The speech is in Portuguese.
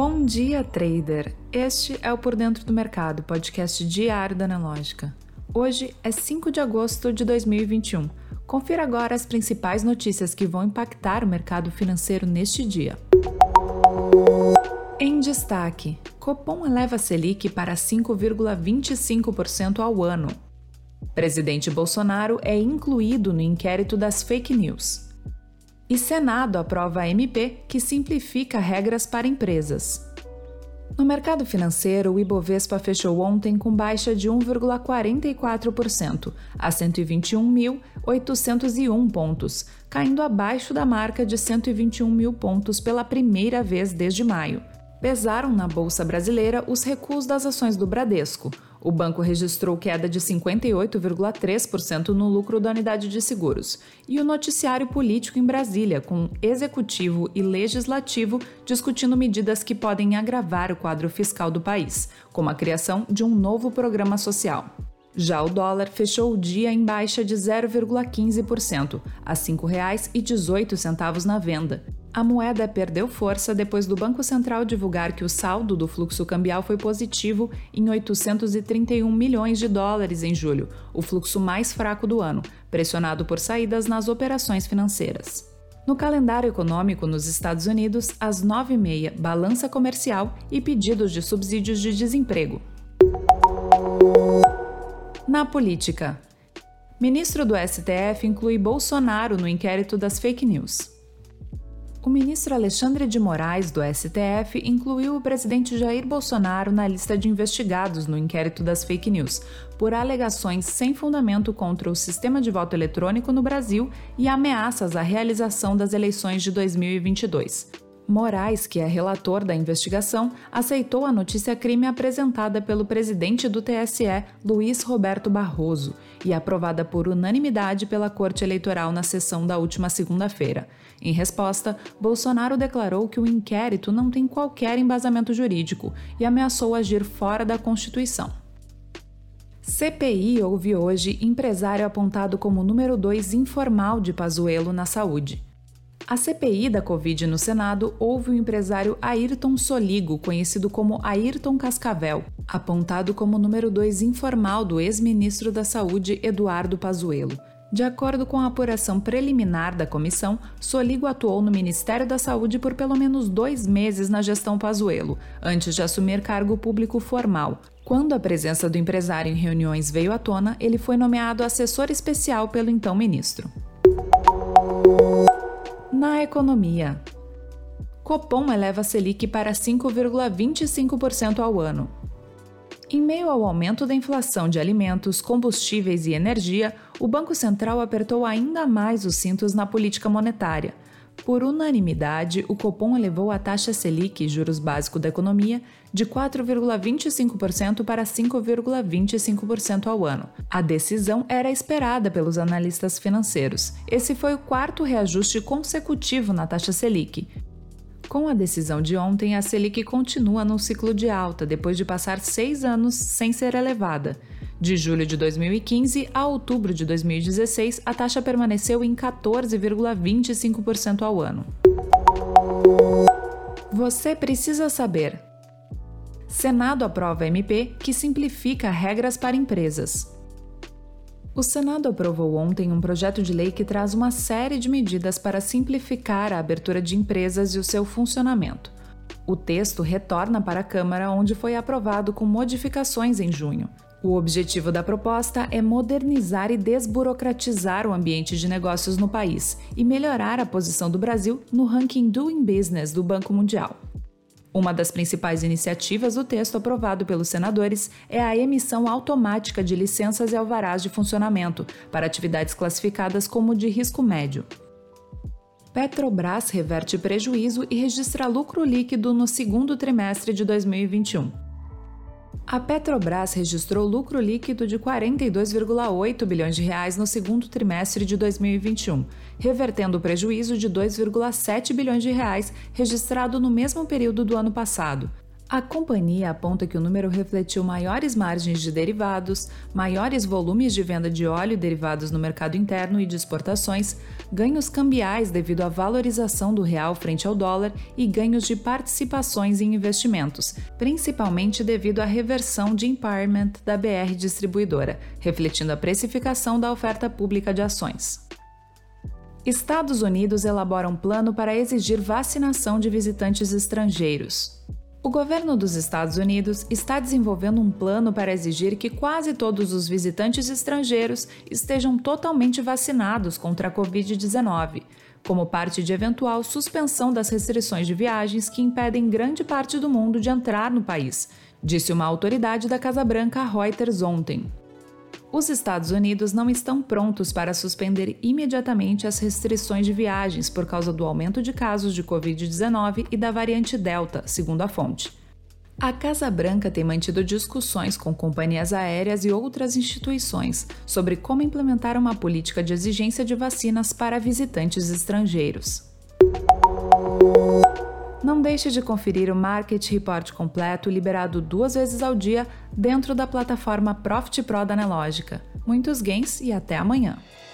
Bom dia, trader! Este é o Por Dentro do Mercado, podcast diário da Analógica. Hoje é 5 de agosto de 2021. Confira agora as principais notícias que vão impactar o mercado financeiro neste dia. Em destaque, Copom eleva a Selic para 5,25% ao ano. Presidente Bolsonaro é incluído no inquérito das fake news. E Senado aprova a MP que simplifica regras para empresas. No mercado financeiro, o Ibovespa fechou ontem com baixa de 1,44%, a 121.801 pontos, caindo abaixo da marca de 121 mil pontos pela primeira vez desde maio. Pesaram na Bolsa Brasileira os recuos das ações do Bradesco. O banco registrou queda de 58,3% no lucro da unidade de seguros. E o noticiário político em Brasília, com executivo e legislativo discutindo medidas que podem agravar o quadro fiscal do país, como a criação de um novo programa social. Já o dólar fechou o dia em baixa de 0,15%, a R$ 5,18 na venda. A moeda perdeu força depois do Banco Central divulgar que o saldo do fluxo cambial foi positivo em 831 milhões de dólares em julho, o fluxo mais fraco do ano, pressionado por saídas nas operações financeiras. No calendário econômico nos Estados Unidos, às 9h30, balança comercial e pedidos de subsídios de desemprego. Na política, ministro do STF inclui Bolsonaro no inquérito das fake news. O ministro Alexandre de Moraes, do STF, incluiu o presidente Jair Bolsonaro na lista de investigados no inquérito das fake news, por alegações sem fundamento contra o sistema de voto eletrônico no Brasil e ameaças à realização das eleições de 2022. Moraes, que é relator da investigação, aceitou a notícia-crime apresentada pelo presidente do TSE, Luiz Roberto Barroso, e aprovada por unanimidade pela Corte Eleitoral na sessão da última segunda-feira. Em resposta, Bolsonaro declarou que o inquérito não tem qualquer embasamento jurídico e ameaçou agir fora da Constituição. CPI ouve hoje empresário apontado como número 2 informal de Pazuello na saúde. A CPI da Covid no Senado ouve o empresário Ayrton Soligo, conhecido como Ayrton Cascavel, apontado como número 2 informal do ex-ministro da Saúde Eduardo Pazuello. De acordo com a apuração preliminar da comissão, Soligo atuou no Ministério da Saúde por pelo menos 2 meses na gestão Pazuello, antes de assumir cargo público formal. Quando a presença do empresário em reuniões veio à tona, ele foi nomeado assessor especial pelo então ministro. Na economia, Copom eleva a Selic para 5,25% ao ano. Em meio ao aumento da inflação de alimentos, combustíveis e energia, o Banco Central apertou ainda mais os cintos na política monetária. Por unanimidade, o Copom elevou a taxa Selic, juros básico da economia, de 4,25% para 5,25% ao ano. A decisão era esperada pelos analistas financeiros. Esse foi o 4º reajuste consecutivo na taxa Selic. Com a decisão de ontem, a Selic continua num ciclo de alta, depois de passar 6 anos sem ser elevada. De julho de 2015 a outubro de 2016, a taxa permaneceu em 14,25% ao ano. Você precisa saber. Senado aprova MP que simplifica regras para empresas. O Senado aprovou ontem um projeto de lei que traz uma série de medidas para simplificar a abertura de empresas e o seu funcionamento. O texto retorna para a Câmara, onde foi aprovado com modificações em junho. O objetivo da proposta é modernizar e desburocratizar o ambiente de negócios no país e melhorar a posição do Brasil no ranking Doing Business do Banco Mundial. Uma das principais iniciativas do texto aprovado pelos senadores é a emissão automática de licenças e alvarás de funcionamento para atividades classificadas como de risco médio. Petrobras reverte prejuízo e registra lucro líquido no segundo trimestre de 2021. A Petrobras registrou lucro líquido de 42,8 bilhões de reais no segundo trimestre de 2021, revertendo o prejuízo de 2,7 bilhões de reais registrado no mesmo período do ano passado. A companhia aponta que o número refletiu maiores margens de derivados, maiores volumes de venda de óleo e derivados no mercado interno e de exportações, ganhos cambiais devido à valorização do real frente ao dólar e ganhos de participações em investimentos, principalmente devido à reversão de impairment da BR Distribuidora, refletindo a precificação da oferta pública de ações. Estados Unidos elabora um plano para exigir vacinação de visitantes estrangeiros. O governo dos Estados Unidos está desenvolvendo um plano para exigir que quase todos os visitantes estrangeiros estejam totalmente vacinados contra a Covid-19, como parte de eventual suspensão das restrições de viagens que impedem grande parte do mundo de entrar no país, disse uma autoridade da Casa Branca à Reuters ontem. Os Estados Unidos não estão prontos para suspender imediatamente as restrições de viagens por causa do aumento de casos de Covid-19 e da variante Delta, segundo a fonte. A Casa Branca tem mantido discussões com companhias aéreas e outras instituições sobre como implementar uma política de exigência de vacinas para visitantes estrangeiros. Não deixe de conferir o Market Report completo, liberado 2 vezes ao dia, dentro da plataforma Profit Pro da Nelogica. Muitos gains e até amanhã!